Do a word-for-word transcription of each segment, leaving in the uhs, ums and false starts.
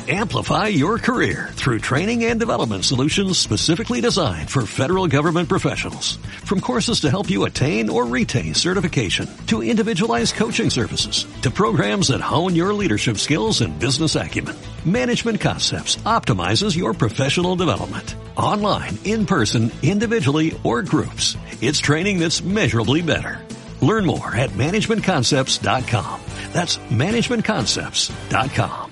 Amplify your career through training and development solutions specifically designed for federal government professionals. From courses to help you attain or retain certification, to individualized coaching services, to programs that hone your leadership skills and business acumen, Management Concepts optimizes your professional development. Online, in person, individually, or groups, it's training that's measurably better. Learn more at management concepts dot com. That's management concepts dot com.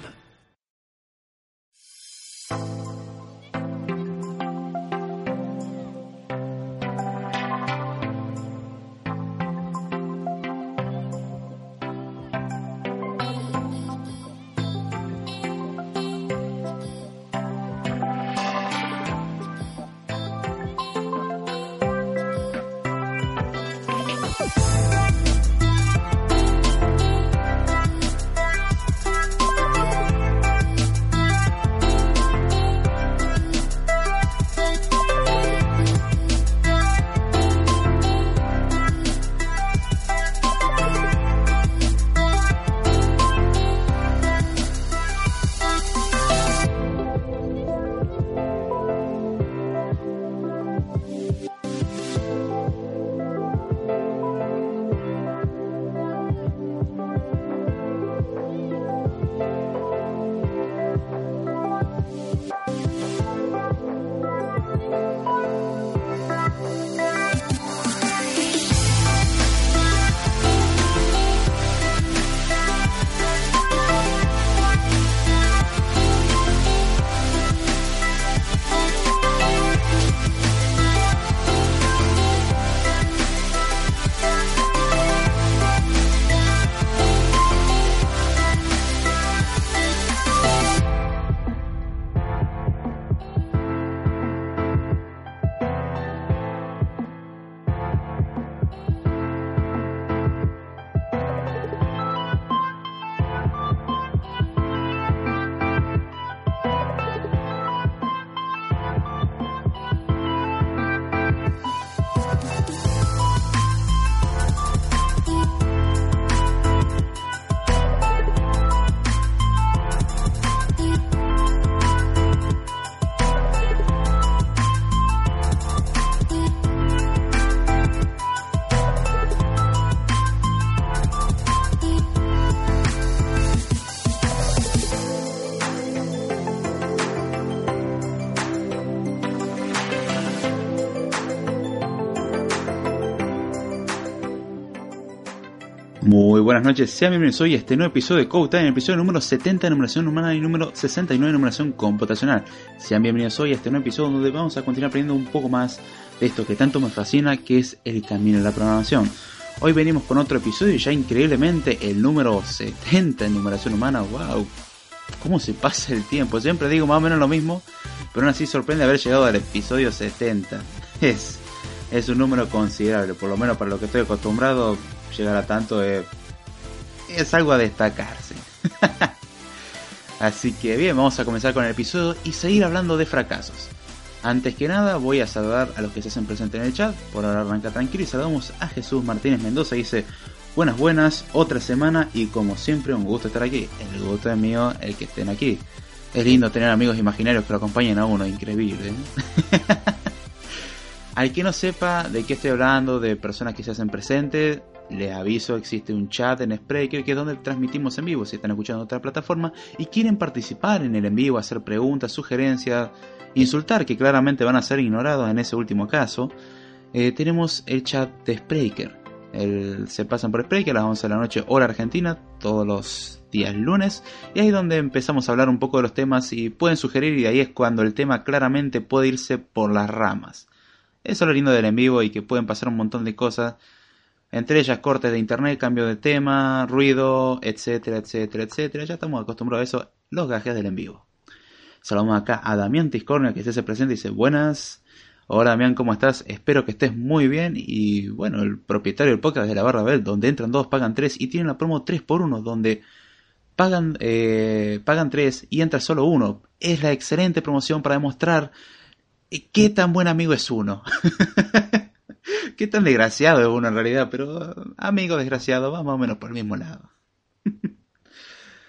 Muy buenas noches, sean bienvenidos hoy a este nuevo episodio de Code Time, episodio número setenta de numeración humana y número sesenta y nueve de numeración computacional. Sean bienvenidos hoy a este nuevo episodio donde vamos a continuar aprendiendo un poco más de esto que tanto me fascina, que es el camino de la programación. Hoy venimos con otro episodio, ya increíblemente el número setenta en numeración humana. Wow, cómo se pasa el tiempo. Siempre digo más o menos lo mismo, pero aún así sorprende haber llegado al episodio setenta. Es, es un número considerable, por lo menos para lo que estoy acostumbrado. Llegar a tanto es, es algo a destacarse. Así que bien, vamos a comenzar con el episodio y seguir hablando de fracasos. Antes que nada voy a saludar a los que se hacen presentes en el chat. Por ahora arranca tranquilo y saludamos a Jesús Martínez Mendoza. Dice: buenas buenas, otra semana y como siempre un gusto estar aquí. El gusto es mío el que estén aquí. Es lindo tener amigos imaginarios que lo acompañen a uno, increíble, ¿eh? Al que no sepa de qué estoy hablando, de personas que se hacen presentes, les aviso, existe un chat en Spreaker que es donde transmitimos en vivo. Si están escuchando otra plataforma y quieren participar en el en vivo, hacer preguntas, sugerencias, insultar, que claramente van a ser ignorados en ese último caso, eh, tenemos el chat de Spreaker. El, se pasan por Spreaker a las once de la noche hora argentina, todos los días lunes, y ahí es donde empezamos a hablar un poco de los temas y pueden sugerir, y ahí es cuando el tema claramente puede irse por las ramas. Eso es lo lindo del en vivo y que pueden pasar un montón de cosas, entre ellas cortes de internet, cambio de tema, ruido, etcétera, etcétera, etcétera. Ya estamos acostumbrados a eso, los gajes del en vivo. Saludamos acá a Damián Tiscornia, que se hace presente y dice: buenas. Hola Damián, ¿cómo estás? Espero que estés muy bien. Y bueno, el propietario del podcast de la Barra Bell, donde entran dos, pagan tres, y tienen la promo tres por uno, donde pagan, eh, pagan tres y entra solo uno. Es la excelente promoción para demostrar qué tan buen amigo es uno. Qué tan desgraciado es uno en realidad, pero amigo desgraciado va más o menos por el mismo lado.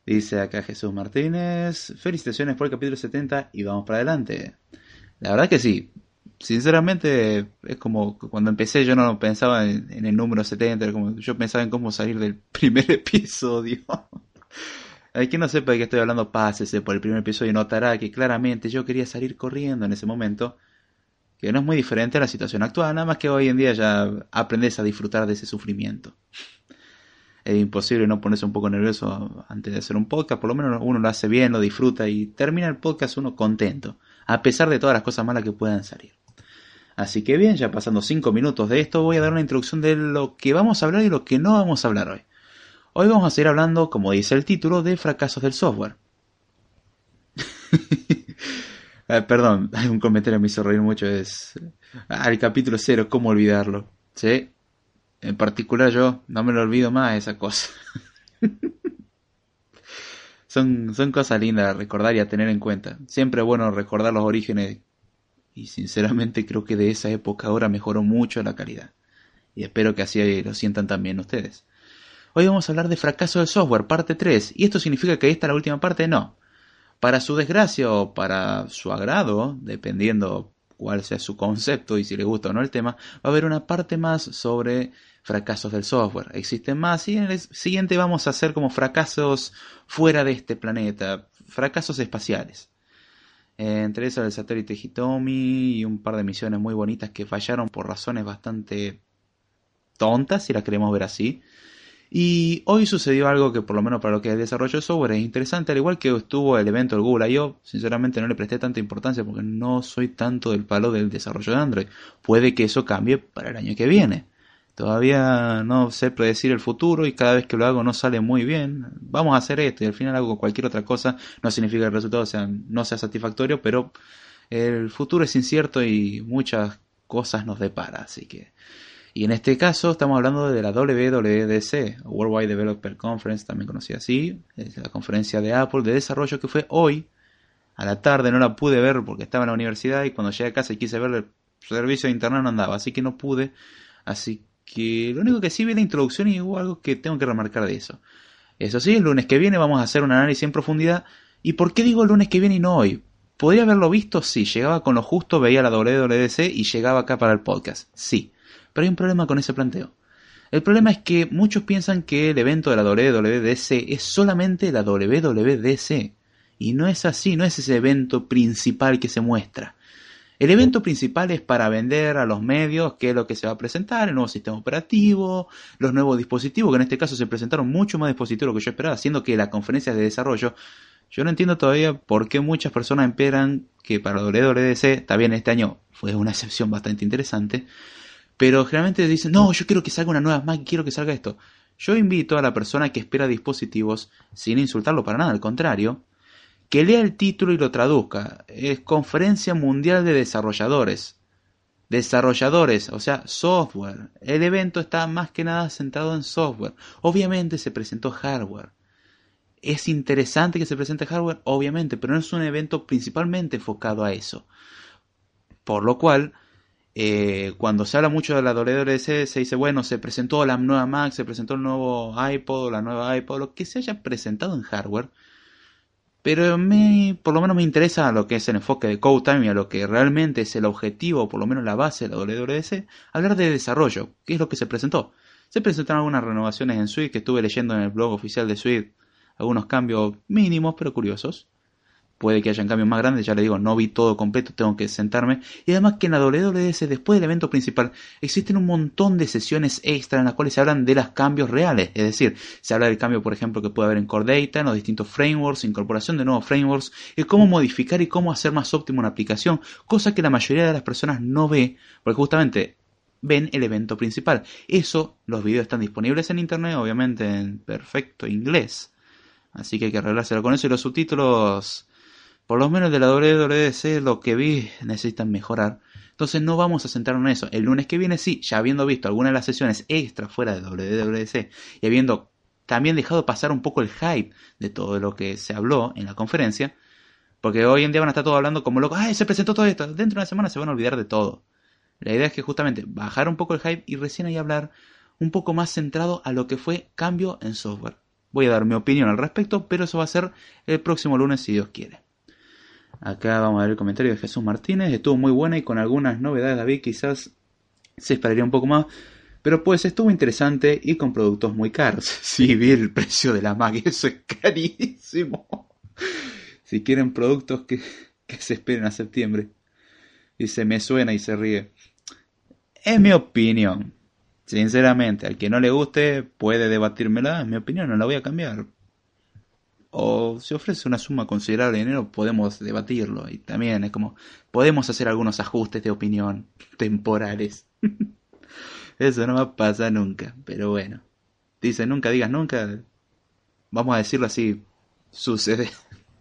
Dice acá Jesús Martínez, felicitaciones por el capítulo setenta y vamos para adelante. La verdad que sí, sinceramente es como cuando empecé yo no pensaba en, en el número setenta, era como, yo pensaba en cómo salir del primer episodio. Hay quien no sepa de qué estoy hablando, pásese por el primer episodio y notará que claramente yo quería salir corriendo en ese momento, que no es muy diferente a la situación actual, nada más que hoy en día ya aprendes a disfrutar de ese sufrimiento. Es imposible no ponerse un poco nervioso antes de hacer un podcast, por lo menos uno lo hace bien, lo disfruta y termina el podcast uno contento, a pesar de todas las cosas malas que puedan salir. Así que bien, ya pasando cinco minutos de esto, voy a dar una introducción de lo que vamos a hablar y lo que no vamos a hablar hoy. Hoy vamos a seguir hablando, como dice el título, de fracasos del software. eh, perdón, un comentario que me hizo reír mucho, es... Ah, el capítulo cero, ¿cómo olvidarlo? ¿Sí? En particular yo no me lo olvido más esa cosa. son, son cosas lindas a recordar y a tener en cuenta. Siempre es bueno recordar los orígenes. Y sinceramente creo que de esa época ahora mejoró mucho la calidad. Y espero que así lo sientan también ustedes. Hoy vamos a hablar de fracaso del software, parte tres. ¿Y esto significa que esta es la última parte? No. Para su desgracia o para su agrado, dependiendo cuál sea su concepto y si le gusta o no el tema, va a haber una parte más sobre fracasos del software. Existen más y en el siguiente vamos a hacer como fracasos fuera de este planeta, fracasos espaciales. Eh, entre eso el satélite Hitomi y un par de misiones muy bonitas que fallaron por razones bastante tontas, si las queremos ver así. Y hoy sucedió algo que por lo menos para lo que es el desarrollo de software es interesante, al igual que estuvo el evento del Google I O. Sinceramente no le presté tanta importancia porque no soy tanto del palo del desarrollo de Android. Puede que eso cambie para el año que viene. Todavía no sé predecir el futuro y cada vez que lo hago no sale muy bien. Vamos a hacer esto y al final hago cualquier otra cosa. No significa que el resultado sea, no sea satisfactorio, pero el futuro es incierto y muchas cosas nos depara, así que... Y en este caso estamos hablando de la W W D C, Worldwide Developer Conference, también conocida así, es la conferencia de Apple de desarrollo que fue hoy, a la tarde. No la pude ver porque estaba en la universidad y cuando llegué a casa y quise ver el servicio de internet no andaba, así que no pude. Así que lo único que sí vi la introducción y hubo algo que tengo que remarcar de eso. Eso sí, el lunes que viene vamos a hacer un análisis en profundidad. ¿Y por qué digo el lunes que viene y no hoy? ¿Podría haberlo visto? Sí, llegaba con lo justo, veía la W W D C y llegaba acá para el podcast, sí. Pero hay un problema con ese planteo. El problema es que muchos piensan que el evento de la W W D C es solamente la W W D C. Y no es así, no es ese evento principal que se muestra. El evento principal es para vender a los medios qué es lo que se va a presentar, el nuevo sistema operativo, los nuevos dispositivos, que en este caso se presentaron mucho más dispositivos de lo que yo esperaba, siendo que las conferencias de desarrollo, yo no entiendo todavía por qué muchas personas esperan que para la W W D C, está bien, este año fue una excepción bastante interesante, pero generalmente dicen, no, yo quiero que salga una nueva Mac, quiero que salga esto. Yo invito a la persona que espera dispositivos, sin insultarlo para nada, al contrario, que lea el título y lo traduzca. Es Conferencia Mundial de Desarrolladores. Desarrolladores, o sea, software. El evento está más que nada centrado en software. Obviamente se presentó hardware. Es interesante que se presente hardware, obviamente, pero no es un evento principalmente enfocado a eso. Por lo cual... Eh, cuando se habla mucho de la W W D C se dice, bueno, se presentó la nueva Mac, se presentó el nuevo iPod, la nueva iPod, lo que se haya presentado en hardware, pero a mí por lo menos me interesa lo que es el enfoque de CodeTime y a lo que realmente es el objetivo, o por lo menos la base de la W W D C, hablar de desarrollo. ¿Qué es lo que se presentó? Se presentaron algunas renovaciones en Swift que estuve leyendo en el blog oficial de Swift, algunos cambios mínimos pero curiosos. Puede que hayan cambios más grandes, ya le digo, no vi todo completo, tengo que sentarme. Y además que en la W W D C, después del evento principal, existen un montón de sesiones extra en las cuales se hablan de los cambios reales. Es decir, se habla del cambio, por ejemplo, que puede haber en Core Data, en los distintos frameworks, incorporación de nuevos frameworks, y cómo modificar y cómo hacer más óptima una aplicación, cosa que la mayoría de las personas no ve, porque justamente ven el evento principal. Eso, los videos están disponibles en internet, obviamente en perfecto inglés. Así que hay que arreglárselo con eso y los subtítulos... Por lo menos de la W W D C, lo que vi, necesitan mejorar. Entonces no vamos a centrarnos en eso. El lunes que viene sí, ya habiendo visto algunas de las sesiones extra fuera de W W D C y habiendo también dejado pasar un poco el hype de todo lo que se habló en la conferencia, porque hoy en día van a estar todos hablando como locos, ¡ay, se presentó todo esto! Dentro de una semana se van a olvidar de todo. La idea es que justamente bajar un poco el hype y recién ahí hablar un poco más centrado a lo que fue cambio en software. Voy a dar mi opinión al respecto, pero eso va a ser el próximo lunes si Dios quiere. Acá vamos a ver el comentario de Jesús Martínez. Estuvo muy buena y con algunas novedades, David, quizás se esperaría un poco más. Pero pues estuvo interesante y con productos muy caros. Sí, vi el precio de la Mac, eso es carísimo. Si quieren productos que, que se esperen a septiembre. Y se me suena y se ríe. Es mi opinión. Sinceramente, al que no le guste puede debatírmela. Es mi opinión, no la voy a cambiar. O si ofrece una suma considerable de dinero, podemos debatirlo. Y también es como, podemos hacer algunos ajustes de opinión temporales. Eso no va a pasar nunca, pero bueno. Dice, nunca digas nunca. Vamos a decirlo así, sucede.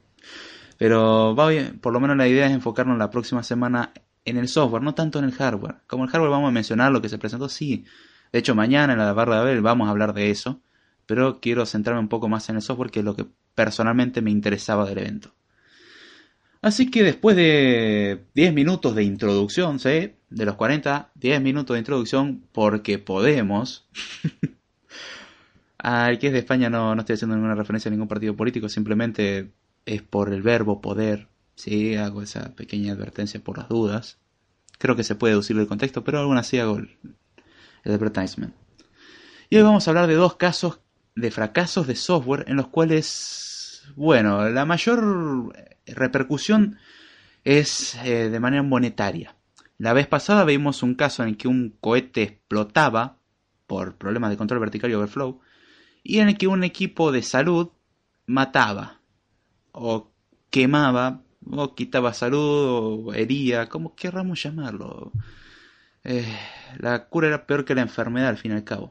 Pero va bien, por lo menos la idea es enfocarnos la próxima semana en el software, no tanto en el hardware. Como el hardware vamos a mencionar lo que se presentó, sí. De hecho, mañana en la barra de Abel vamos a hablar de eso. Pero quiero centrarme un poco más en el software, que es lo que personalmente me interesaba del evento. Así que después de diez minutos de introducción, ¿sí? De los cuarenta, diez minutos de introducción, porque podemos. Al que es de España no, no estoy haciendo ninguna referencia a ningún partido político, simplemente es por el verbo poder, ¿sí? Hago esa pequeña advertencia por las dudas. Creo que se puede deducir del contexto, pero aún así hago el, el advertisement. Y hoy vamos a hablar de dos casos de fracasos de software en los cuales, bueno, la mayor repercusión es eh, de manera monetaria. La vez pasada vimos un caso en el que un cohete explotaba por problemas de control vertical y overflow, y en el que un equipo de salud mataba, o quemaba, o quitaba salud, o hería, como querramos llamarlo. Eh, la cura era peor que la enfermedad al fin y al cabo.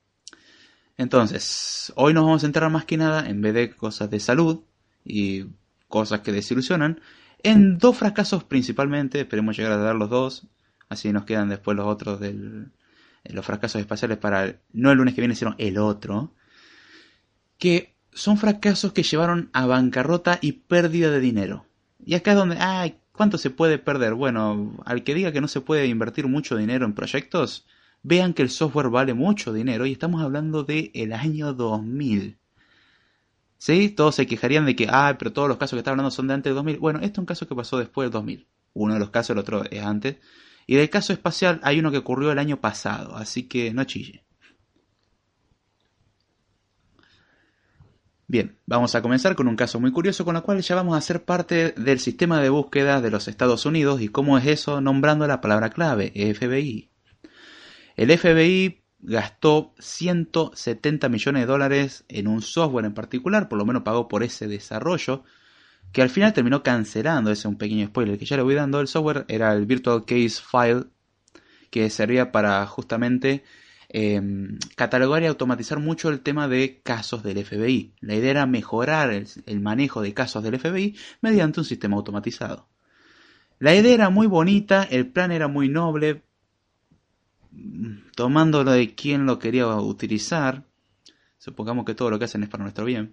Entonces, hoy nos vamos a centrar más que nada, en vez de cosas de salud y cosas que desilusionan, en dos fracasos principalmente. Esperemos llegar a dar los dos, así nos quedan después los otros del los fracasos espaciales para el, no el lunes que viene, sino el otro, que son fracasos que llevaron a bancarrota y pérdida de dinero. Y acá es donde, ay, ¿cuánto se puede perder? Bueno, al que diga que no se puede invertir mucho dinero en proyectos, vean que el software vale mucho dinero y estamos hablando del año dos mil. ¿Sí? Todos se quejarían de que, ah, pero todos los casos que está hablando son de antes del dos mil. Bueno, este es un caso que pasó después del dos mil. Uno de los casos, el otro es antes. Y del caso espacial hay uno que ocurrió el año pasado, así que no chille. Bien, vamos a comenzar con un caso muy curioso con el cual ya vamos a ser parte del sistema de búsqueda de los Estados Unidos. ¿Y cómo es eso? Nombrando la palabra clave, F B I. El F B I gastó ciento setenta millones de dólares en un software en particular, por lo menos pagó por ese desarrollo, que al final terminó cancelando. Ese es un pequeño spoiler que ya le voy dando. El software era el Virtual Case File, que servía para justamente eh, catalogar y automatizar mucho el tema de casos del F B I. La idea era mejorar el, el manejo de casos del F B I mediante un sistema automatizado. La idea era muy bonita, el plan era muy noble, tomándolo de quien lo quería utilizar. Supongamos que todo lo que hacen es para nuestro bien.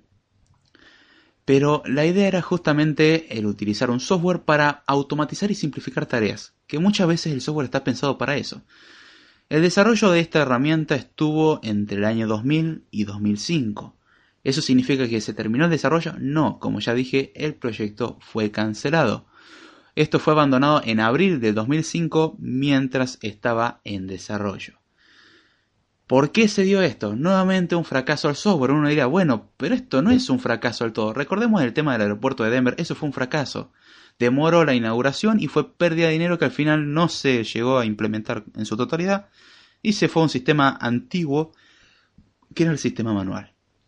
Pero la idea era justamente el utilizar un software para automatizar y simplificar tareas, que muchas veces el software está pensado para eso. El desarrollo de esta herramienta estuvo entre el año dos mil y dos mil cinco. ¿Eso significa que se terminó el desarrollo? No, como ya dije, el proyecto fue cancelado. Esto fue abandonado en abril de dos mil cinco mientras estaba en desarrollo. ¿Por qué se dio esto? Nuevamente un fracaso al software. Uno dirá, bueno, pero esto no es un fracaso del todo. Recordemos el tema del aeropuerto de Denver, eso fue un fracaso. Demoró la inauguración y fue pérdida de dinero que al final no se llegó a implementar en su totalidad. Y se fue a un sistema antiguo que era el sistema manual.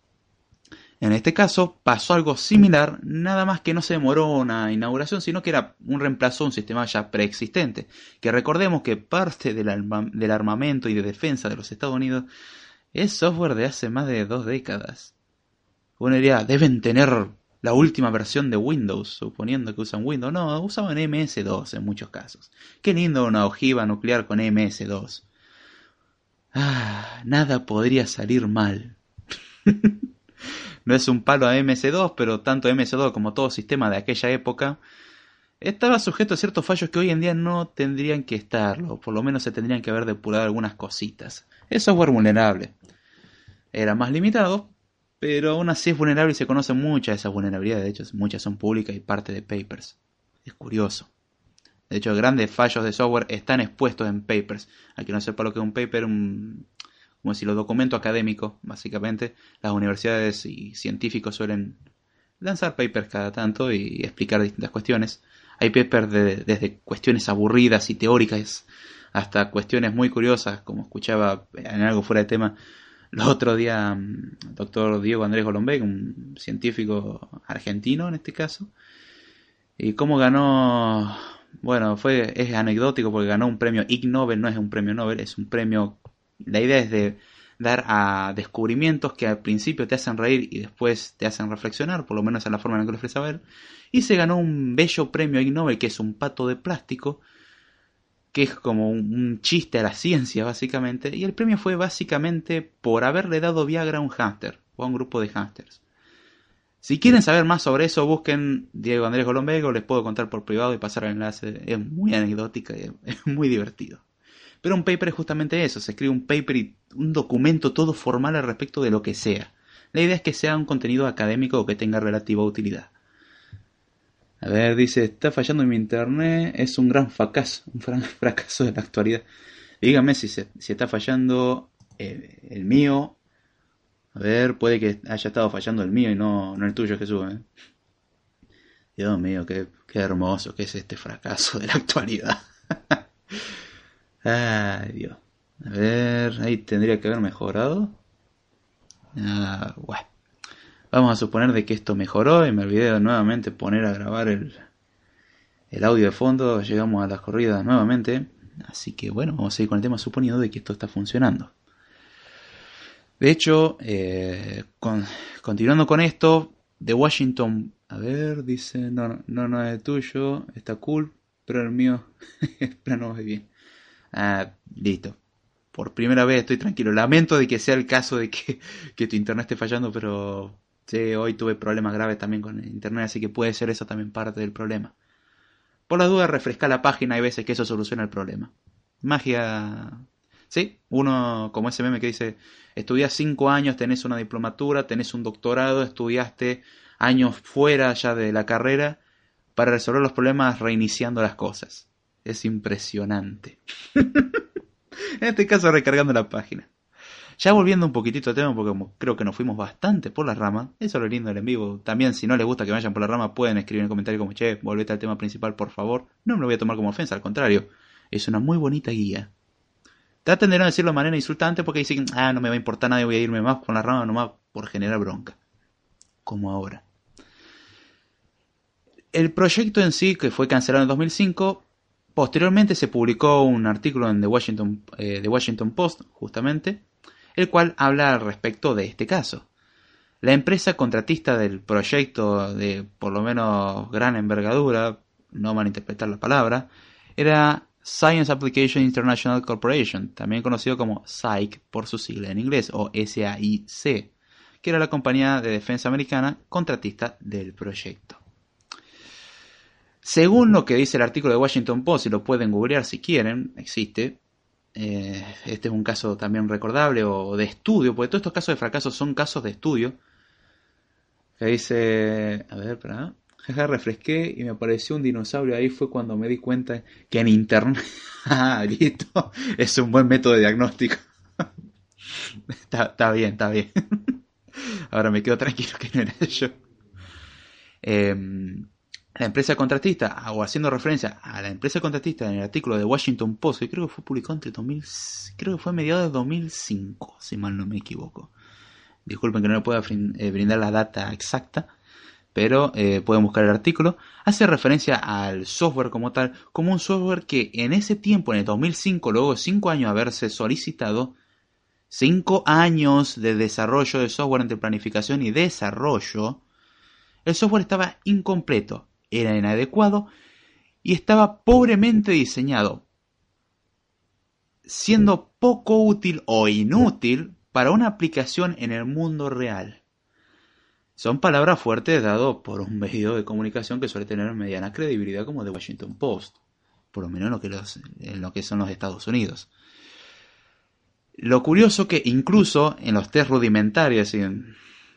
En este caso pasó algo similar, nada más que no se demoró una inauguración, sino que era un reemplazo a un sistema ya preexistente. Que recordemos que parte del, arma, del armamento y de defensa de los Estados Unidos es software de hace más de dos décadas. Uno diría, deben tener la última versión de Windows, suponiendo que usan Windows. No, usaban M S dos en muchos casos. Qué lindo una ojiva nuclear con M S dos. Ah, nada podría salir mal. No es un palo a M S dos, pero tanto M S dos como todo sistema de aquella época estaba sujeto a ciertos fallos que hoy en día no tendrían que estarlo, o por lo menos se tendrían que haber depurado algunas cositas. Es software vulnerable. Era más limitado, pero aún así es vulnerable y se conocen muchas de esas vulnerabilidades. De hecho, muchas son públicas y parte de papers. Es curioso. De hecho, grandes fallos de software están expuestos en papers. A quien no sepa lo que es un paper, un, como si los documentos académicos, básicamente, las universidades y científicos suelen lanzar papers cada tanto y explicar distintas cuestiones. Hay papers de, desde cuestiones aburridas y teóricas hasta cuestiones muy curiosas, como escuchaba en algo fuera de tema el otro día el doctor Diego Andrés Golombek, un científico argentino en este caso, y cómo ganó, bueno, fue es anecdótico porque ganó un premio Ig Nobel, no es un premio Nobel, es un premio, la idea es de dar a descubrimientos que al principio te hacen reír y después te hacen reflexionar, por lo menos en la forma en la que lo expresaba él, y se ganó un bello premio Ig Nobel, que es un pato de plástico, que es como un chiste a la ciencia básicamente, y el premio fue básicamente por haberle dado Viagra a un hámster, o a un grupo de hámsters. Si quieren saber más sobre eso, busquen Diego Andrés Golombek, o les puedo contar por privado y pasar el enlace, es muy anecdótica y es muy divertido. Pero un paper es justamente eso, se escribe un paper y un documento todo formal al respecto de lo que sea. La idea es que sea un contenido académico o que tenga relativa utilidad. A ver, dice, está fallando en mi internet, es un gran fracaso, un gran fracaso de la actualidad. Dígame si, se, si está fallando el, el mío. A ver, puede que haya estado fallando el mío y no, no el tuyo, Jesús. ¿eh? Dios mío, qué, qué hermoso que es este fracaso de la actualidad. Ay, Dios. A ver, ahí tendría que haber mejorado. Ah, bueno. Vamos a suponer de que esto mejoró y me olvidé de nuevamente poner a grabar el, el audio de fondo. Llegamos a las corridas nuevamente. Así que bueno, vamos a seguir con el tema suponiendo de que esto está funcionando. De hecho, eh, con, continuando con esto, The Washington... A ver, dice, no, no, no es tuyo, está cool, pero el mío, pero no va bien. Ah, listo. Por primera vez estoy tranquilo. Lamento de que sea el caso de que, que tu internet esté fallando, pero sí, hoy tuve problemas graves también con el internet, así que puede ser eso también parte del problema. Por las dudas, refresca la página, hay veces que eso soluciona el problema. Magia... Sí, uno como ese meme que dice, estudias cinco años, tenés una diplomatura, tenés un doctorado, estudiaste años fuera ya de la carrera para resolver los problemas reiniciando las cosas. Es impresionante. En este caso recargando la página. Ya volviendo un poquitito al tema, porque como creo que nos fuimos bastante por la rama, eso es lo lindo del en vivo. También si no les gusta que vayan por la rama, pueden escribir en el comentario como, che, volvete al tema principal por favor. No me lo voy a tomar como ofensa, al contrario. Es una muy bonita guía. Traten de no decirlo de manera insultante porque dicen, ah, no me va a importar nada y voy a irme más con la rama nomás por generar bronca. Como ahora. El proyecto en sí, que fue cancelado en dos mil cinco, posteriormente se publicó un artículo en The Washington, eh, The Washington Post, justamente, el cual habla al respecto de este caso. La empresa contratista del proyecto de por lo menos gran envergadura, no malinterpretar la palabra, era Science Application International Corporation, también conocido como S A I C por su sigla en inglés, o S A I C, que era la compañía de defensa americana contratista del proyecto. Según lo que dice el artículo de Washington Post, y lo pueden googlear si quieren, existe, eh, este es un caso también recordable o de estudio, porque todos estos casos de fracaso son casos de estudio, que dice, a ver, espera, jaja, refresqué y me apareció un dinosaurio, ahí fue cuando me di cuenta que en internet, ah, listo, es un buen método de diagnóstico, está, está bien, está bien, ahora me quedo tranquilo que no era yo. Eh, La empresa contratista, o haciendo referencia a la empresa contratista en el artículo de Washington Post, que creo que fue publicado entre dos mil, creo que fue a mediados de dos mil cinco, si mal no me equivoco. Disculpen que no le pueda brindar la data exacta, pero eh, pueden buscar el artículo. Hace referencia al software como tal, como un software que en ese tiempo, en el dos mil cinco, luego de cinco años de haberse solicitado, cinco años de desarrollo de software entre planificación y desarrollo, el software estaba incompleto. Era inadecuado y estaba pobremente diseñado, siendo poco útil o inútil para una aplicación en el mundo real. Son palabras fuertes dadas por un medio de comunicación que suele tener mediana credibilidad como The Washington Post, por lo menos en lo que, los, en lo que son los Estados Unidos. Lo curioso que incluso en los test rudimentarios, en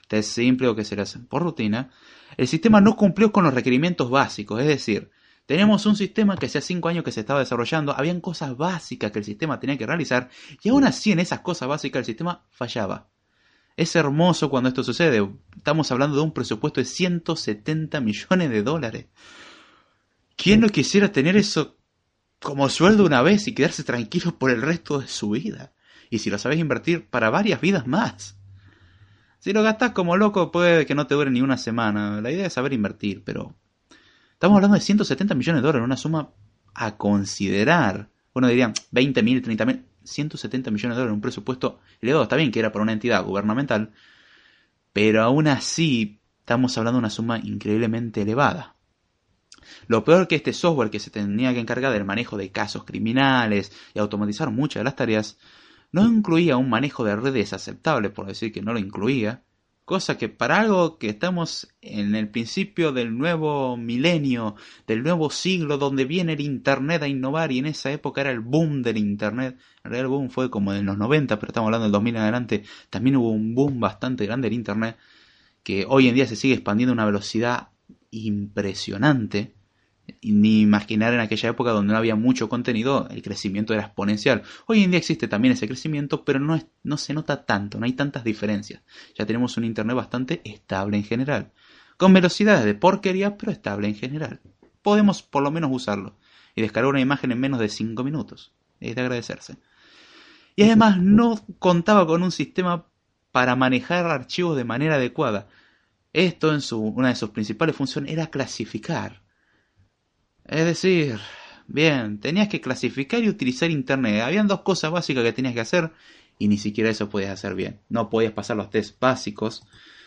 test simple o que se le hacen por rutina, el sistema no cumplió con los requerimientos básicos. Es decir, tenemos un sistema que hacía cinco años que se estaba desarrollando, habían cosas básicas que el sistema tenía que realizar, y aún así en esas cosas básicas el sistema fallaba. Es hermoso cuando esto sucede. Estamos hablando de un presupuesto de ciento setenta millones de dólares. ¿Quién no quisiera tener eso como sueldo una vez y quedarse tranquilo por el resto de su vida? Y si lo sabes invertir para varias vidas más. Si lo gastás como loco puede que no te dure ni una semana. La idea es saber invertir, pero estamos hablando de ciento setenta millones de dólares, una suma a considerar. Bueno, dirían veinte mil, treinta mil, ciento setenta millones de dólares, un presupuesto elevado. Está bien que era para una entidad gubernamental, pero aún así estamos hablando de una suma increíblemente elevada. Lo peor que este software que se tenía que encargar del manejo de casos criminales y automatizar muchas de las tareas, no incluía un manejo de redes aceptable, por decir que no lo incluía, cosa que para algo que estamos en el principio del nuevo milenio, del nuevo siglo donde viene el internet a innovar, y en esa época era el boom del internet. En realidad el boom fue como en los noventa, pero estamos hablando del dos mil en adelante, también hubo un boom bastante grande del internet, que hoy en día se sigue expandiendo a una velocidad impresionante. Y ni imaginar en aquella época donde no había mucho contenido, el crecimiento era exponencial. Hoy en día existe también ese crecimiento, pero no, es, no se nota tanto, no hay tantas diferencias. Ya tenemos un internet bastante estable en general, con velocidades de porquería, pero estable en general. Podemos por lo menos usarlo y descargar una imagen en menos de cinco minutos. Es de agradecerse. Y además no contaba con un sistema para manejar archivos de manera adecuada. Esto en su, una de sus principales funciones era clasificar. Es decir, bien, tenías que clasificar y utilizar internet. Habían dos cosas básicas que tenías que hacer y ni siquiera eso podías hacer bien. No podías pasar los test básicos.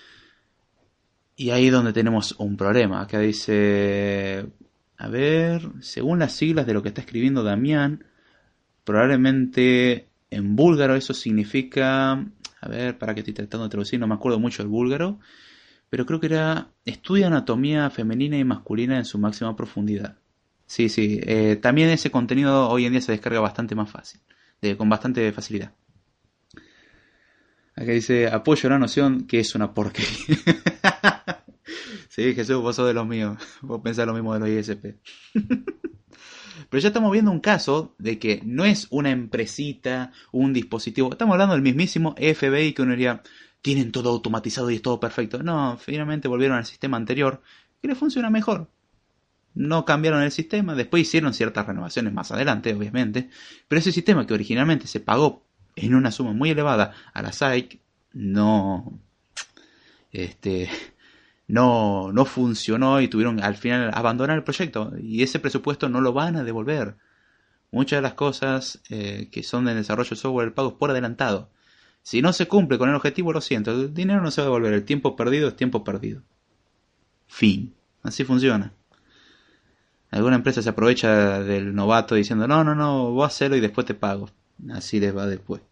Y ahí es donde tenemos un problema. Acá dice, a ver, según las siglas de lo que está escribiendo Damián, probablemente en búlgaro eso significa, a ver, para que estoy tratando de traducir, no me acuerdo mucho del búlgaro, pero creo que era estudia anatomía femenina y masculina en su máxima profundidad. Sí, sí, eh, también ese contenido hoy en día se descarga bastante más fácil, de, con bastante facilidad. Acá dice, apoyo la noción que es una porquería. Sí, Jesús, vos sos de los míos, vos pensás lo mismo de los I S P. Pero ya estamos viendo un caso de que no es una empresita, un dispositivo, estamos hablando del mismísimo F B I que uno diría, tienen todo automatizado y es todo perfecto. No, finalmente volvieron al sistema anterior, que les funciona mejor. No cambiaron el sistema, después hicieron ciertas renovaciones más adelante, obviamente, pero ese sistema que originalmente se pagó en una suma muy elevada a la S A I C, no, este, no, no funcionó y tuvieron al final abandonar el proyecto, y ese presupuesto no lo van a devolver. Muchas de las cosas eh, que son del desarrollo de software, el pago es por adelantado. Si no se cumple con el objetivo, lo siento, el dinero no se va a devolver, el tiempo perdido es tiempo perdido. Fin. Así funciona. Alguna empresa se aprovecha del novato diciendo, no, no, no, vos hacelo y después te pago. Así les va después.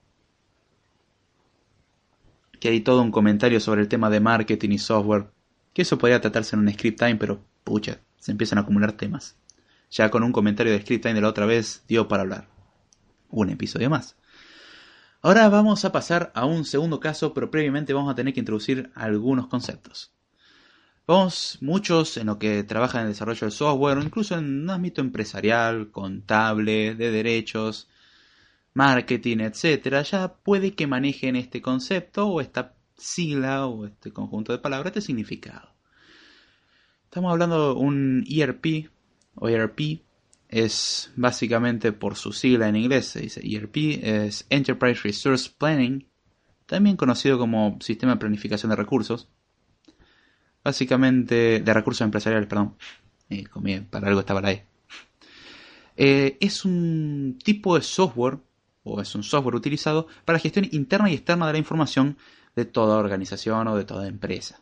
Que hay todo un comentario sobre el tema de marketing y software, que eso podría tratarse en un script time, pero pucha, se empiezan a acumular temas. Ya con un comentario de script time de la otra vez dio para hablar. Un episodio más. Ahora vamos a pasar a un segundo caso, pero previamente vamos a tener que introducir algunos conceptos. Vamos, muchos en lo que trabajan en el desarrollo del software, o incluso en un ámbito empresarial, contable, de derechos, marketing, etcétera, ya puede que manejen este concepto o esta sigla o este conjunto de palabras, este significado. Estamos hablando de un E R P o E R P, es básicamente por su sigla en inglés, se dice E R P, es Enterprise Resource Planning, también conocido como Sistema de Planificación de Recursos. Básicamente, de recursos empresariales, perdón. Eh, comí, para algo estaba la E. Eh, es un tipo de software, o es un software utilizado para la gestión interna y externa de la información de toda organización o de toda empresa.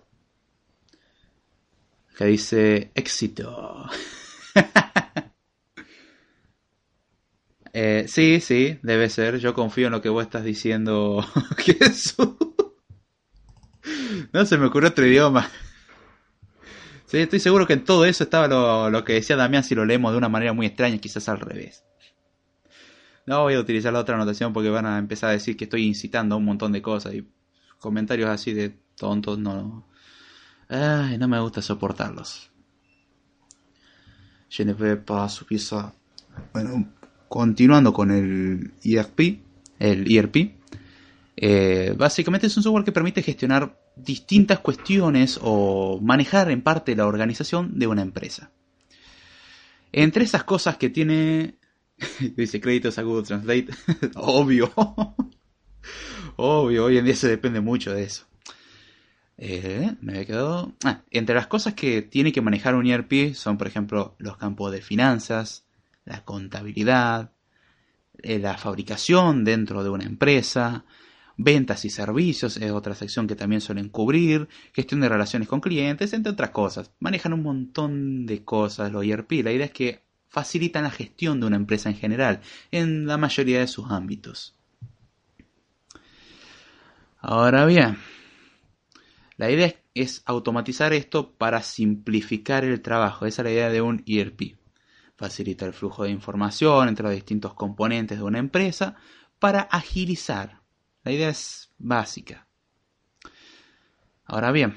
Acá dice éxito. eh, sí, sí, debe ser. Yo confío en lo que vos estás diciendo, Jesús. No se me ocurrió otro idioma. Sí, estoy seguro que en todo eso estaba lo, lo que decía Damián si lo leemos de una manera muy extraña, quizás al revés. No voy a utilizar la otra anotación porque van a empezar a decir que estoy incitando a un montón de cosas y comentarios así de tontos, no. Ay, no me gusta soportarlos. Je ne vais pas subir ça. Bueno, continuando con el E R P, el E R P, eh, básicamente es un software que permite gestionar distintas cuestiones o manejar en parte la organización de una empresa. Entre esas cosas que tiene, dice créditos a Google Translate, obvio, obvio, hoy en día se depende mucho de eso. Eh, me había quedado... Ah, entre las cosas que tiene que manejar un E R P son, por ejemplo, los campos de finanzas, la contabilidad, eh, la fabricación dentro de una empresa, ventas y servicios es otra sección que también suelen cubrir, gestión de relaciones con clientes, entre otras cosas. Manejan un montón de cosas los E R P. La idea es que facilitan la gestión de una empresa en general, en la mayoría de sus ámbitos. Ahora bien, la idea es automatizar esto para simplificar el trabajo. Esa es la idea de un E R P. Facilita el flujo de información entre los distintos componentes de una empresa para agilizar. La idea es básica. Ahora bien,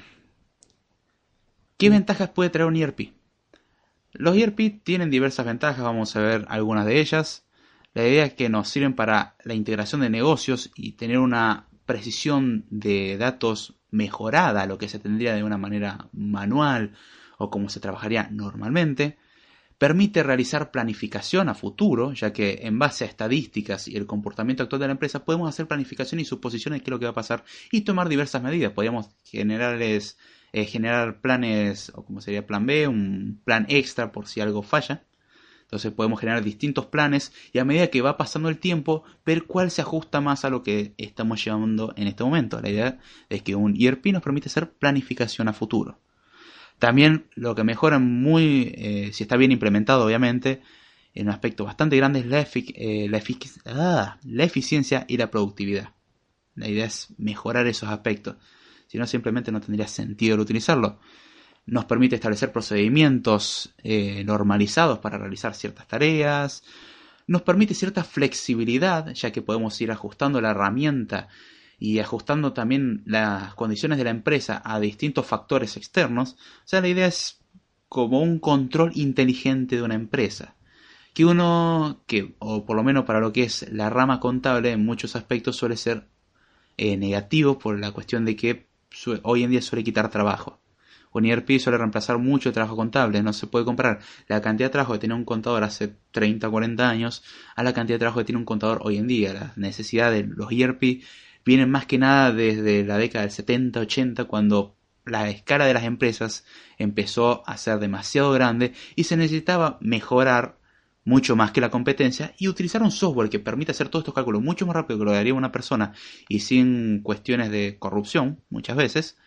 ¿qué ventajas puede traer un E R P? Los E R P tienen diversas ventajas, vamos a ver algunas de ellas. La idea es que nos sirven para la integración de negocios y tener una precisión de datos mejorada a lo que se tendría de una manera manual o como se trabajaría normalmente. Permite realizar planificación a futuro, ya que en base a estadísticas y el comportamiento actual de la empresa podemos hacer planificación y suposiciones de qué es lo que va a pasar y tomar diversas medidas. Podríamos generarles, eh, generar planes, o como sería plan B, un plan extra por si algo falla. Entonces podemos generar distintos planes y a medida que va pasando el tiempo, ver cuál se ajusta más a lo que estamos llevando en este momento. La idea es que un E R P nos permite hacer planificación a futuro. También lo que mejora muy, eh, si está bien implementado obviamente, en un aspecto bastante grande es la, efic eh, la, efic ah, la eficiencia y la productividad. La idea es mejorar esos aspectos, si no simplemente no tendría sentido el utilizarlo. Nos permite establecer procedimientos eh, normalizados para realizar ciertas tareas, nos permite cierta flexibilidad, ya que podemos ir ajustando la herramienta y ajustando también las condiciones de la empresa a distintos factores externos. O sea, la idea es como un control inteligente de una empresa. Que uno, que o por lo menos para lo que es la rama contable, en muchos aspectos suele ser eh, negativo por la cuestión de que su, hoy en día suele quitar trabajo. Un E R P suele reemplazar mucho el trabajo contable. No se puede comparar la cantidad de trabajo que tenía un contador hace treinta o cuarenta años a la cantidad de trabajo que tiene un contador hoy en día. La necesidad de los E R P vienen más que nada desde la década del setenta ochenta, cuando la escala de las empresas empezó a ser demasiado grande y se necesitaba mejorar mucho más que la competencia y utilizar un software que permita hacer todos estos cálculos mucho más rápido que lo haría una persona y sin cuestiones de corrupción muchas veces.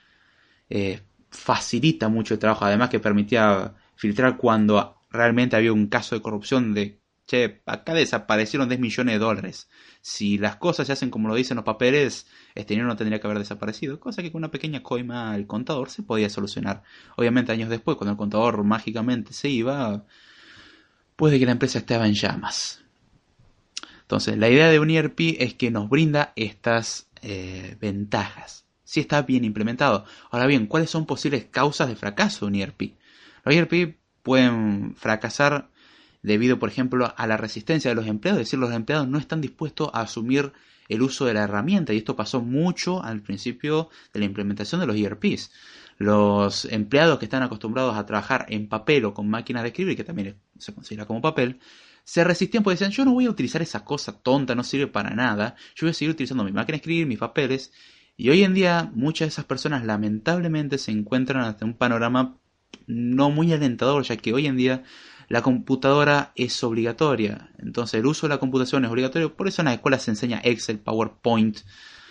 Eh, facilita mucho el trabajo, además que permitía filtrar cuando realmente había un caso de corrupción de che, acá desaparecieron diez millones de dólares. Si las cosas se hacen como lo dicen los papeles, este dinero no tendría que haber desaparecido. Cosa que con una pequeña coima al contador se podía solucionar. Obviamente años después, cuando el contador mágicamente se iba, puede que la empresa estaba en llamas. Entonces, la idea de un E R P es que nos brinda estas eh, ventajas, si está bien implementado. Ahora bien, ¿cuáles son posibles causas de fracaso de un E R P? Los E R P pueden fracasar debido, por ejemplo, a la resistencia de los empleados. Es decir, los empleados no están dispuestos a asumir el uso de la herramienta. Y esto pasó mucho al principio de la implementación de los E R Ps. Los empleados que están acostumbrados a trabajar en papel o con máquinas de escribir, que también se considera como papel, se resistían porque decían, yo no voy a utilizar esa cosa tonta, no sirve para nada. Yo voy a seguir utilizando mi máquina de escribir, mis papeles. Y hoy en día muchas de esas personas lamentablemente se encuentran ante un panorama no muy alentador, ya que hoy en día la computadora es obligatoria. Entonces el uso de la computación es obligatorio. Por eso en la escuela se enseña Excel, PowerPoint,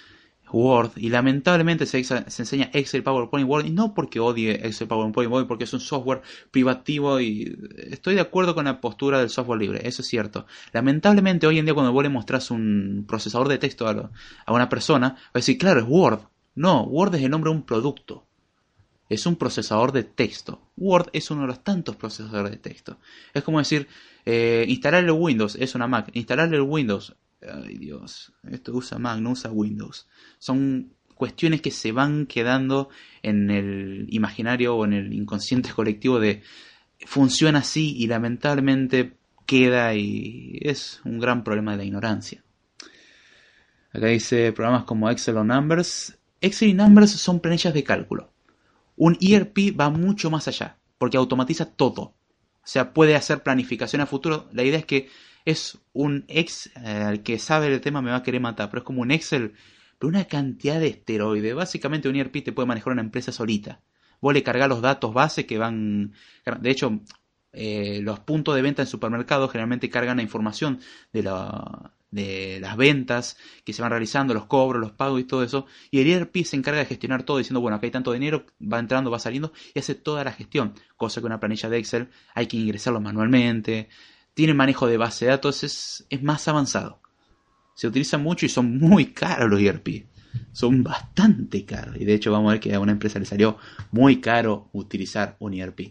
Word. Y lamentablemente se, se enseña Excel, PowerPoint, Word. Y no porque odie Excel, PowerPoint, Word, porque es un software privativo. Y estoy de acuerdo con la postura del software libre. Eso es cierto. Lamentablemente hoy en día cuando vos le mostrás un procesador de texto a, lo, a una persona, va a decir, claro, es Word. No, Word es el nombre de un producto. Es un procesador de texto. Word es uno de los tantos procesadores de texto. Es como decir, eh, instalarle Windows es una Mac. Instalarle el Windows, ay Dios, esto usa Mac, no usa Windows. Son cuestiones que se van quedando en el imaginario o en el inconsciente colectivo de funciona así y lamentablemente queda y es un gran problema de la ignorancia. Acá dice programas como Excel o Numbers. Excel y Numbers son planillas de cálculo. Un E R P va mucho más allá porque automatiza todo. O sea, puede hacer planificación a futuro. La idea es que es un ex, eh, el que sabe el tema me va a querer matar, pero es como un Excel, pero una cantidad de esteroides. Básicamente un E R P te puede manejar una empresa solita. Vos le cargás los datos base que van... De hecho, eh, los puntos de venta en supermercados generalmente cargan la información de, la, de las ventas que se van realizando, los cobros, los pagos y todo eso. Y el E R P se encarga de gestionar todo diciendo, bueno, acá hay tanto dinero, va entrando, va saliendo y hace toda la gestión. Cosa que una planilla de Excel hay que ingresarlo manualmente. Tiene manejo de base de datos, es, es más avanzado. Se utiliza mucho y son muy caros los E R P. Son bastante caros. Y de hecho vamos a ver que a una empresa le salió muy caro utilizar un E R P.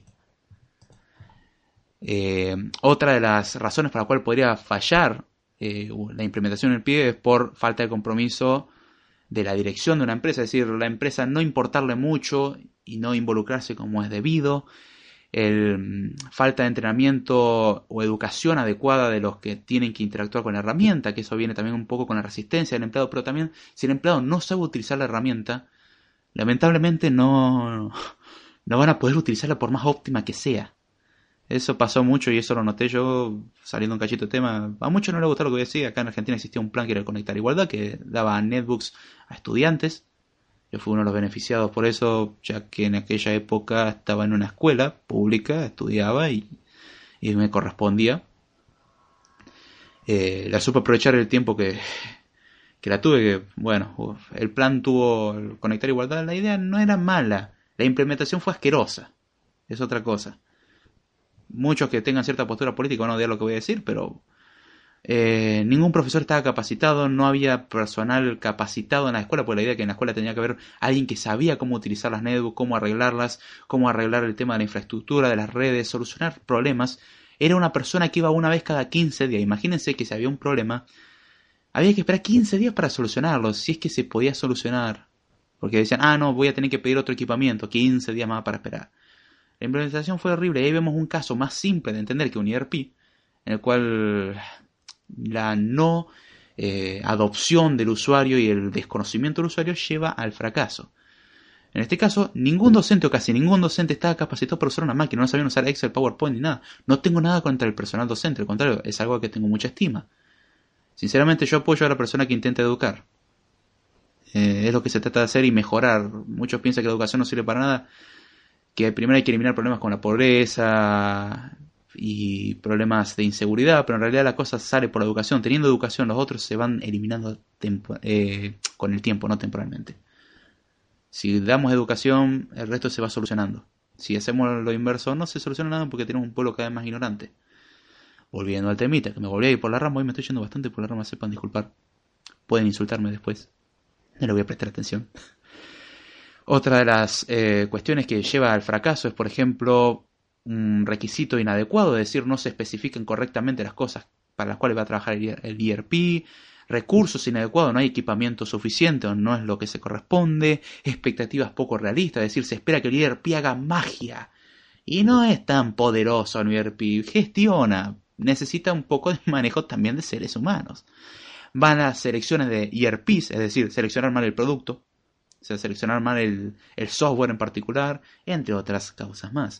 Eh, otra de las razones por la cual podría fallar eh, la implementación del E R P es por falta de compromiso de la dirección de una empresa. Es decir, la empresa no importarle mucho y no involucrarse como es debido. El, falta de entrenamiento o educación adecuada de los que tienen que interactuar con la herramienta, que eso viene también un poco con la resistencia del empleado, pero también si el empleado no sabe utilizar la herramienta, lamentablemente no, no van a poder utilizarla por más óptima que sea. Eso pasó mucho y eso lo noté yo saliendo un cachito de tema. A muchos no les gustó lo que voy a decir. Acá en Argentina existía un plan que era Conectar Igualdad, que daba netbooks a estudiantes. Yo fui uno de los beneficiados por eso, ya que en aquella época estaba en una escuela pública, estudiaba y, y me correspondía. Eh, la supe aprovechar el tiempo que, que la tuve, que bueno, uf, el plan tuvo el Conectar Igualdad, la idea no era mala, la implementación fue asquerosa, es otra cosa. Muchos que tengan cierta postura política van a odiar lo que voy a decir, pero... Eh, ningún profesor estaba capacitado, no había personal capacitado en la escuela, porque la idea es que en la escuela tenía que haber alguien que sabía cómo utilizar las netbooks, cómo arreglarlas, cómo arreglar el tema de la infraestructura, de las redes, solucionar problemas. Era una persona que iba una vez cada quince días. Imagínense que si había un problema, había que esperar quince días para solucionarlo, si es que se podía solucionar. Porque decían, ah no, voy a tener que pedir otro equipamiento, quince días más para esperar. La implementación fue horrible, y ahí vemos un caso más simple de entender que un E R P, en el cual... la no eh, adopción del usuario y el desconocimiento del usuario lleva al fracaso. En este caso, ningún docente o casi ningún docente estaba capacitado para usar una máquina, no sabían usar Excel, PowerPoint ni nada. No tengo nada contra el personal docente, al contrario, es algo que tengo mucha estima. Sinceramente yo apoyo a la persona que intenta educar. Eh, es lo que se trata de hacer y mejorar. Muchos piensan que la educación no sirve para nada, que primero hay que eliminar problemas con la pobreza y problemas de inseguridad, pero en realidad la cosa sale por la educación. Teniendo educación, los otros se van eliminando tempo, eh, con el tiempo, no temporalmente. Si damos educación, el resto se va solucionando. Si hacemos lo inverso, no se soluciona nada porque tenemos un pueblo cada vez más ignorante. Volviendo al temita, que me volví a ir por la rama, hoy me estoy yendo bastante por la rama, sepan disculpar. Pueden insultarme después, no le voy a prestar atención. Otra de las eh, cuestiones que lleva al fracaso es, por ejemplo, un requisito inadecuado, es decir, no se especifican correctamente las cosas para las cuales va a trabajar el E R P, recursos inadecuados, no hay equipamiento suficiente o no es lo que se corresponde, expectativas poco realistas, es decir, se espera que el E R P haga magia y no es tan poderoso el E R P, gestiona, necesita un poco de manejo también de seres humanos. Van a selecciones de E R Ps, es decir, seleccionar mal el producto, o sea, seleccionar mal el, el software en particular, entre otras causas más.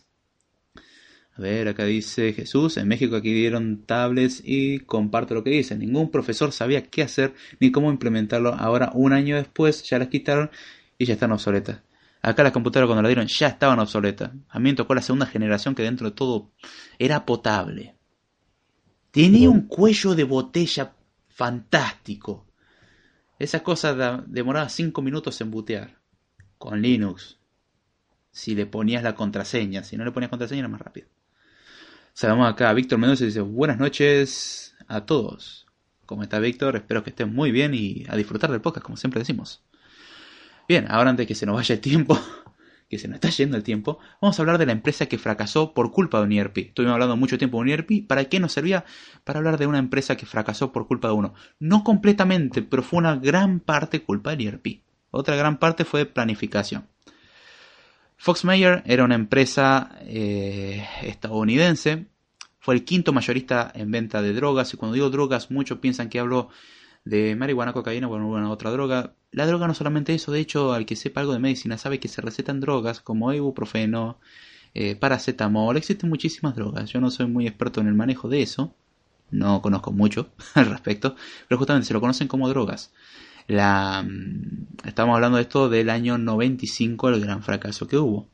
A ver, acá dice Jesús, en México aquí dieron tablets y comparto lo que dice. Ningún profesor sabía qué hacer ni cómo implementarlo. Ahora, un año después, ya las quitaron y ya están obsoletas. Acá las computadoras cuando las dieron ya estaban obsoletas. A mí me tocó la segunda generación que dentro de todo era potable. Tenía un cuello de botella fantástico. Esa cosa demoraba cinco minutos en bootear. Con Linux. Si le ponías la contraseña. Si no le ponías contraseña era más rápido. Saludamos acá a Víctor Mendoza y dice, buenas noches a todos. ¿Cómo está Víctor? Espero que estén muy bien y a disfrutar del podcast, como siempre decimos. Bien, ahora antes de que se nos vaya el tiempo, que se nos está yendo el tiempo, vamos a hablar de la empresa que fracasó por culpa de un E R P. Estuvimos hablando mucho tiempo de un E R P. ¿Para qué nos servía? Para hablar de una empresa que fracasó por culpa de uno. No completamente, pero fue una gran parte culpa del E R P. Otra gran parte fue planificación. Fox Meyer era una empresa eh, estadounidense. Fue el quinto mayorista en venta de drogas. Y cuando digo drogas, muchos piensan que hablo de marihuana, cocaína o alguna otra droga. La droga no solamente eso. De hecho, al que sepa algo de medicina sabe que se recetan drogas como ibuprofeno, eh, paracetamol. Existen muchísimas drogas. Yo no soy muy experto en el manejo de eso. No conozco mucho al respecto. Pero justamente se lo conocen como drogas. La, estamos hablando de esto del año noventa y cinco, el gran fracaso que hubo.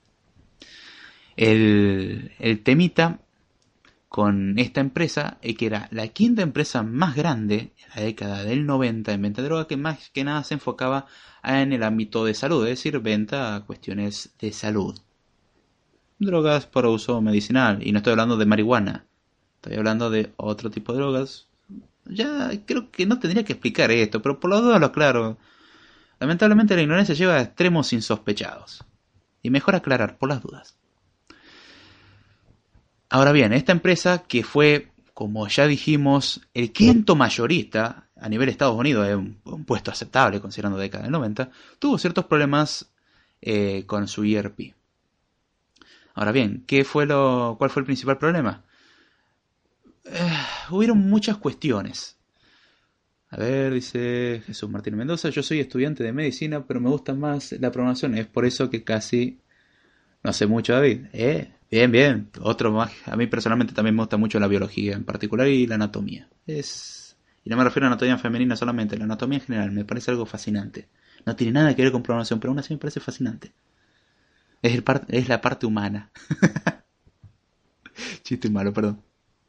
El, el temita con esta empresa es que era la quinta empresa más grande en la década del noventa en venta de droga, que más que nada se enfocaba en el ámbito de salud, es decir, venta a cuestiones de salud. Drogas para uso medicinal, y no estoy hablando de marihuana, estoy hablando de otro tipo de drogas. Ya creo que no tendría que explicar esto, pero por lo duda lo aclaro. Lamentablemente la ignorancia lleva a extremos insospechados. Y mejor aclarar por las dudas. Ahora bien, esta empresa que fue, como ya dijimos, el quinto mayorista a nivel de Estados Unidos, es un, un puesto aceptable considerando la década del noventa, tuvo ciertos problemas eh, con su E R P. Ahora bien, ¿qué fue lo, ¿cuál fue el principal problema? Uh, hubieron muchas cuestiones. A ver, dice Jesús Martín Mendoza, yo soy estudiante de medicina, pero me gusta más la programación. Es por eso que casi no sé mucho, David. Eh, bien, bien. Otro más. A mí personalmente también me gusta mucho la biología en particular y la anatomía. Es Y no me refiero a anatomía femenina solamente, la anatomía en general me parece algo fascinante. No tiene nada que ver con programación, pero aún así me parece fascinante. Es, el par- es la parte humana. Chiste malo, perdón.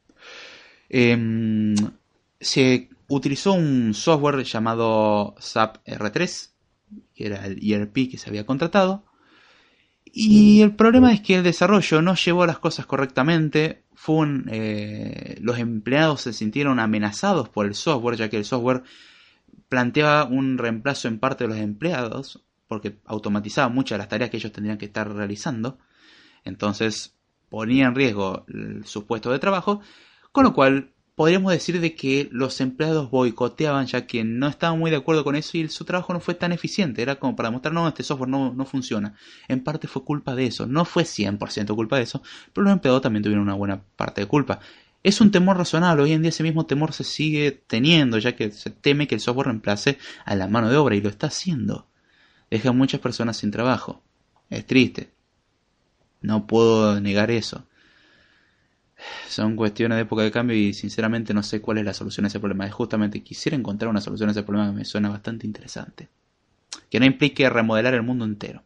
Eh, se utilizó un software llamado S A P R tres, que era el E R P que se había contratado, y el problema es que el desarrollo no llevó las cosas correctamente. Fue un, eh, los empleados se sintieron amenazados por el software, ya que el software planteaba un reemplazo en parte de los empleados, porque automatizaba muchas de las tareas que ellos tendrían que estar realizando. Entonces ponía en riesgo sus puestos de trabajo, con lo cual podríamos decir de que los empleados boicoteaban, ya que no estaban muy de acuerdo con eso y su trabajo no fue tan eficiente. Era como para mostrar, no, este software no, no funciona. En parte fue culpa de eso. No fue cien por ciento culpa de eso, pero los empleados también tuvieron una buena parte de culpa. Es un temor razonable. Hoy en día ese mismo temor se sigue teniendo, ya que se teme que el software reemplace a la mano de obra, y lo está haciendo. Deja a muchas personas sin trabajo. Es triste. No puedo negar eso. Son cuestiones de época de cambio y sinceramente no sé cuál es la solución a ese problema. Es justamente quisiera encontrar una solución a ese problema que me suena bastante interesante, que no implique remodelar el mundo entero.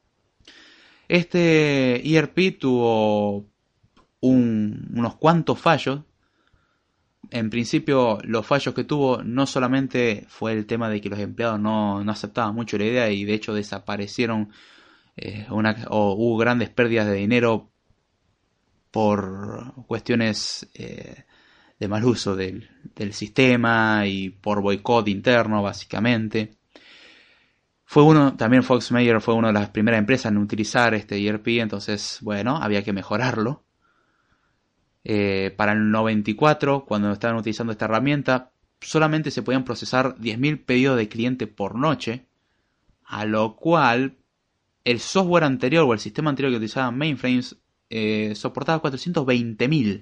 Este E R P tuvo un, unos cuantos fallos. En principio los fallos que tuvo no solamente fue el tema de que los empleados no, no aceptaban mucho la idea y de hecho desaparecieron eh, una, o hubo grandes pérdidas de dinero por cuestiones eh, de mal uso del, del sistema y por boicot interno, básicamente. Fue uno, también Fox Meyer fue una de las primeras empresas en utilizar este E R P, entonces, bueno, había que mejorarlo. Eh, para el noventa y cuatro, cuando estaban utilizando esta herramienta, solamente se podían procesar diez mil pedidos de cliente por noche, a lo cual el software anterior o el sistema anterior que utilizaba mainframes Eh, soportaba cuatrocientos veinte mil.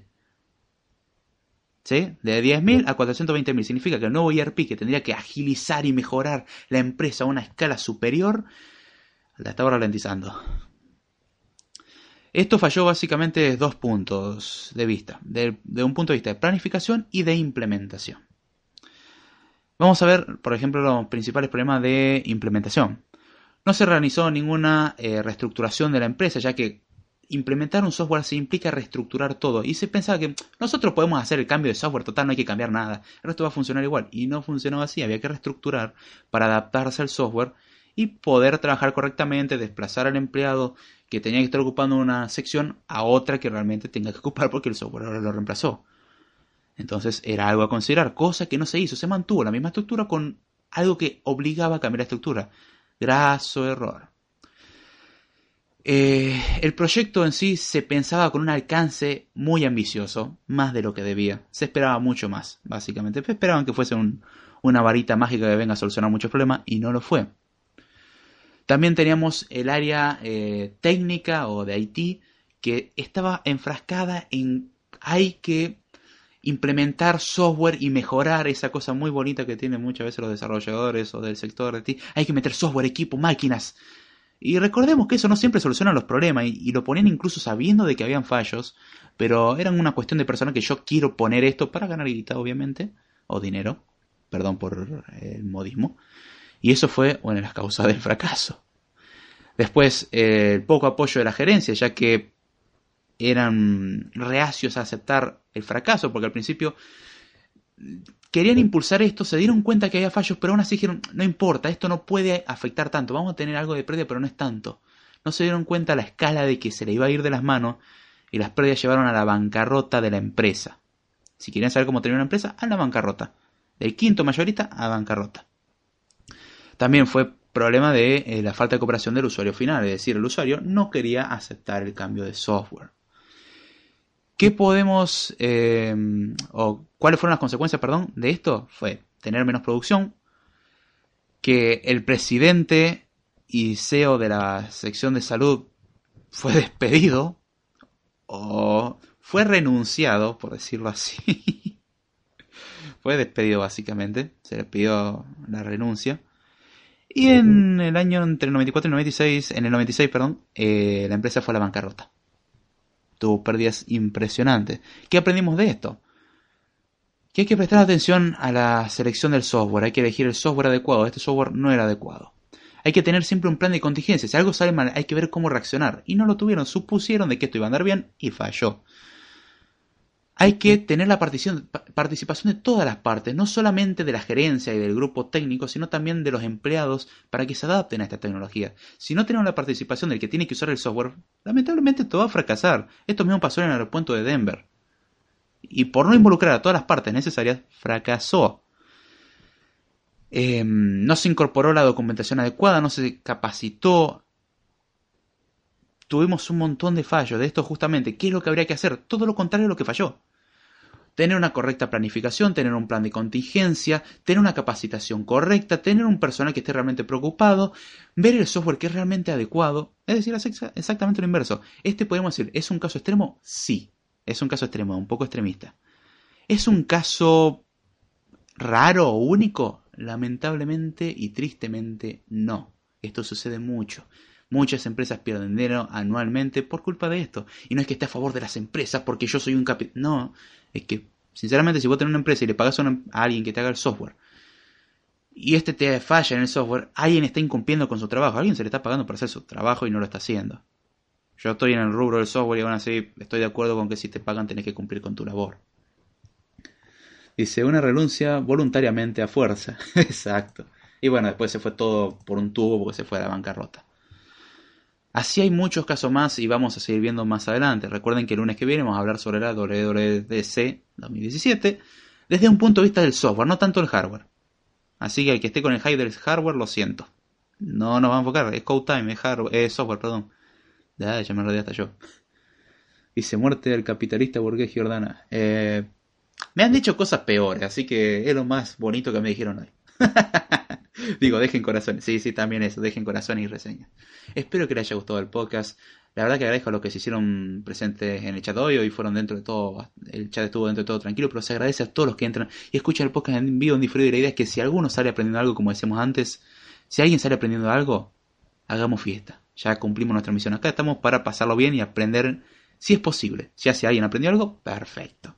¿Sí? De diez mil a cuatrocientos veinte mil. Significa que el nuevo E R P, que tendría que agilizar y mejorar la empresa a una escala superior, la estaba ralentizando. Esto falló básicamente desde dos puntos de vista. De, de un punto de vista de planificación y de implementación. Vamos a ver, por ejemplo, los principales problemas de implementación. No se realizó ninguna eh, reestructuración de la empresa, ya que implementar un software se implica reestructurar todo, y se pensaba que nosotros podemos hacer el cambio de software, total, no hay que cambiar nada, el resto va a funcionar igual, y no funcionaba así. Había que reestructurar para adaptarse al software y poder trabajar correctamente, desplazar al empleado que tenía que estar ocupando una sección a otra que realmente tenga que ocupar porque el software ahora lo reemplazó. Entonces era algo a considerar, cosa que no se hizo. Se mantuvo la misma estructura con algo que obligaba a cambiar la estructura. Graso error. Eh, el proyecto en sí se pensaba con un alcance muy ambicioso, más de lo que debía. Se esperaba mucho más, básicamente. Esperaban que fuese un, una varita mágica que venga a solucionar muchos problemas, y no lo fue. También teníamos el área eh, técnica o de I T que estaba enfrascada en hay que implementar software y mejorar esa cosa muy bonita que tienen muchas veces los desarrolladores o del sector de I T. Hay que meter software, equipo, máquinas. Y recordemos que eso no siempre soluciona los problemas y, y lo ponían incluso sabiendo de que habían fallos, pero eran una cuestión de personal que yo quiero poner esto para ganar guita, obviamente, o dinero, perdón por el modismo. Y eso fue una de las causas del fracaso. Después, eh, el poco apoyo de la gerencia, ya que eran reacios a aceptar el fracaso, porque al principio querían impulsar esto, se dieron cuenta que había fallos, pero aún así dijeron, no importa, esto no puede afectar tanto, vamos a tener algo de pérdida, pero no es tanto. No se dieron cuenta a la escala de que se le iba a ir de las manos y las pérdidas llevaron a la bancarrota de la empresa. Si quieren saber cómo tener una empresa, a la bancarrota. Del quinto mayorista a bancarrota. También fue problema de eh, la falta de cooperación del usuario final, es decir, el usuario no quería aceptar el cambio de software. ¿Qué podemos, eh, o cuáles fueron las consecuencias, perdón, de esto? Fue tener menos producción, que el presidente y C E O de la sección de salud fue despedido, o fue renunciado, por decirlo así. Fue despedido básicamente, se le pidió la renuncia. Y en el año entre el noventa y cuatro y el noventa y seis, en el noventa y seis, perdón, eh, la empresa fue a la bancarrota. Tuvo pérdidas impresionantes. ¿Qué aprendimos de esto? Que hay que prestar atención a la selección del software. Hay que elegir el software adecuado. Este software no era adecuado. Hay que tener siempre un plan de contingencia. Si algo sale mal, hay que ver cómo reaccionar. Y no lo tuvieron. Supusieron de que esto iba a andar bien y falló. Hay que tener la participación, participación de todas las partes, no solamente de la gerencia y del grupo técnico, sino también de los empleados para que se adapten a esta tecnología. Si no tenemos la participación del que tiene que usar el software, lamentablemente esto va a fracasar. Esto mismo pasó en el aeropuerto de Denver. Y por no involucrar a todas las partes necesarias, fracasó. Eh, no se incorporó la documentación adecuada, no se capacitó. Tuvimos un montón de fallos de esto justamente. ¿Qué es lo que habría que hacer? Todo lo contrario a lo que falló. Tener una correcta planificación, tener un plan de contingencia, tener una capacitación correcta, tener un personal que esté realmente preocupado, ver el software que es realmente adecuado. Es decir, es exactamente lo inverso. Este podemos decir, ¿es un caso extremo? Sí, es un caso extremo, un poco extremista. ¿Es un caso raro o único? Lamentablemente y tristemente no. Esto sucede mucho. Muchas empresas pierden dinero anualmente por culpa de esto. Y no es que esté a favor de las empresas porque yo soy un capi... No, es que, sinceramente, si vos tenés una empresa y le pagás a, una, a alguien que te haga el software y este te falla en el software, alguien está incumpliendo con su trabajo. Alguien se le está pagando para hacer su trabajo y no lo está haciendo. Yo estoy en el rubro del software y aún así estoy de acuerdo con que si te pagan tenés que cumplir con tu labor. Dice, una renuncia voluntariamente a fuerza. Exacto. Y bueno, después se fue todo por un tubo porque se fue a la bancarrota. Así hay muchos casos más y vamos a seguir viendo más adelante. Recuerden que el lunes que viene vamos a hablar sobre la W W D C dos mil diecisiete desde un punto de vista del software, no tanto el hardware. Así que el que esté con el hype del hardware, lo siento. No nos va a enfocar, es code time, es, hardware, es software, perdón. Ya, ya me rodeé hasta yo. Dice, muerte del capitalista burgués Giordana. Eh, me han dicho cosas peores, así que es lo más bonito que me dijeron hoy. Digo, dejen corazones. Sí, sí, también eso. Dejen corazones y reseñas. Espero que les haya gustado el podcast. La verdad que agradezco a los que se hicieron presentes en el chat hoy. Hoy fueron dentro de todo. El chat estuvo dentro de todo tranquilo. Pero se agradece a todos los que entran y escuchan el podcast en vivo, en diferido. Y la idea es que si alguno sale aprendiendo algo, como decíamos antes, si alguien sale aprendiendo algo, hagamos fiesta. Ya cumplimos nuestra misión. Acá estamos para pasarlo bien y aprender si es posible. Si hace alguien aprendió algo, perfecto.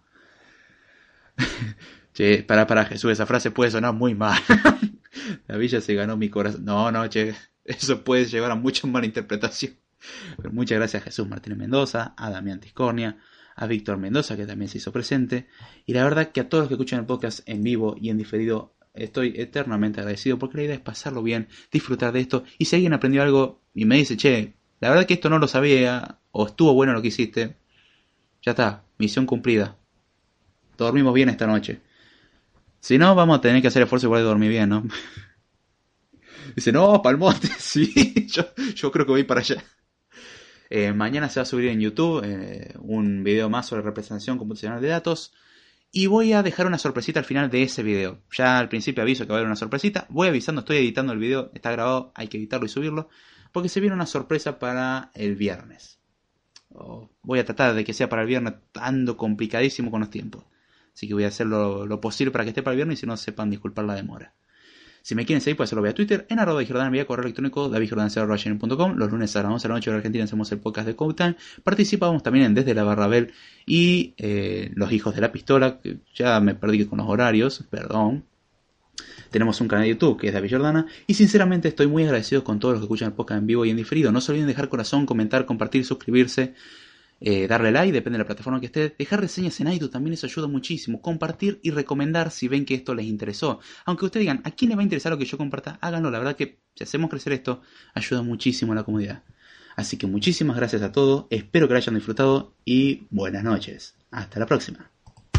Che, para, para Jesús, esa frase puede sonar muy mal. La villa se ganó mi corazón. No, no, che, eso puede llevar a mucha mala interpretación. Pero muchas gracias a Jesús Martínez Mendoza, a Damián Tiscornia, a Víctor Mendoza, que también se hizo presente. Y la verdad que a todos los que escuchan el podcast en vivo y en diferido, estoy eternamente agradecido porque la idea es pasarlo bien, disfrutar de esto. Y si alguien aprendió algo y me dice, che, la verdad que esto no lo sabía, o estuvo bueno lo que hiciste, ya está, misión cumplida. Dormimos bien esta noche. Si no, vamos a tener que hacer esfuerzo igual de dormir bien, ¿no? Dice, no, Palmonte, sí, yo, yo creo que voy para allá. Eh, mañana se va a subir en YouTube eh, un video más sobre representación computacional de datos. Y voy a dejar una sorpresita al final de ese video. Ya al principio aviso que va a haber una sorpresita. Voy avisando, estoy editando el video, está grabado, hay que editarlo y subirlo. Porque se viene una sorpresa para el viernes. Oh, voy a tratar de que sea para el viernes, ando complicadísimo con los tiempos. Así que voy a hacer lo, lo posible para que esté para el viernes y si no sepan disculpar la demora. Si me quieren seguir, pueden hacerlo vía Twitter, en arroba David vía correo electrónico david jordan cero arroba gmail punto com. Los lunes a las once de la noche de Argentina hacemos el podcast de Code Time. Participamos también en Desde la Barrabel y eh, Los Hijos de la Pistola, que ya me perdí con los horarios, perdón. Tenemos un canal de YouTube que es David Jordana. Y sinceramente estoy muy agradecido con todos los que escuchan el podcast en vivo y en diferido. No se olviden dejar corazón, comentar, compartir, suscribirse. Eh, darle like, depende de la plataforma que esté. Dejar reseñas en iTunes también eso ayuda muchísimo. Compartir y recomendar si ven que esto les interesó. Aunque ustedes digan, ¿a quién le va a interesar lo que yo comparta? Háganlo, la verdad que si hacemos crecer esto, ayuda muchísimo a la comunidad. Así que muchísimas gracias a todos. Espero que lo hayan disfrutado y buenas noches. Hasta la próxima.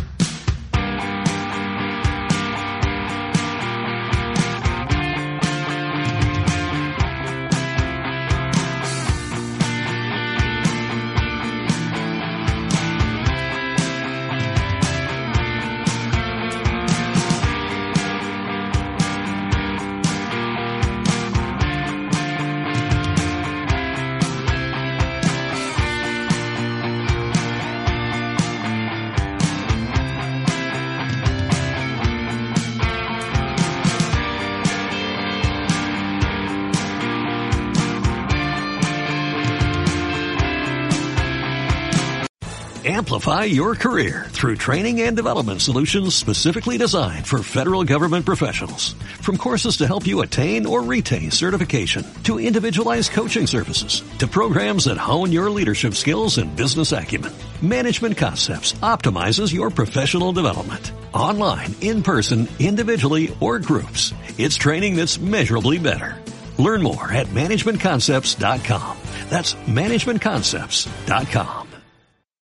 Amplify your career through training and development solutions specifically designed for federal government professionals. From courses to help you attain or retain certification, to individualized coaching services, to programs that hone your leadership skills and business acumen, Management Concepts optimizes your professional development. Online, in person, individually, or groups, it's training that's measurably better. Learn more at management concepts dot com. That's management concepts dot com.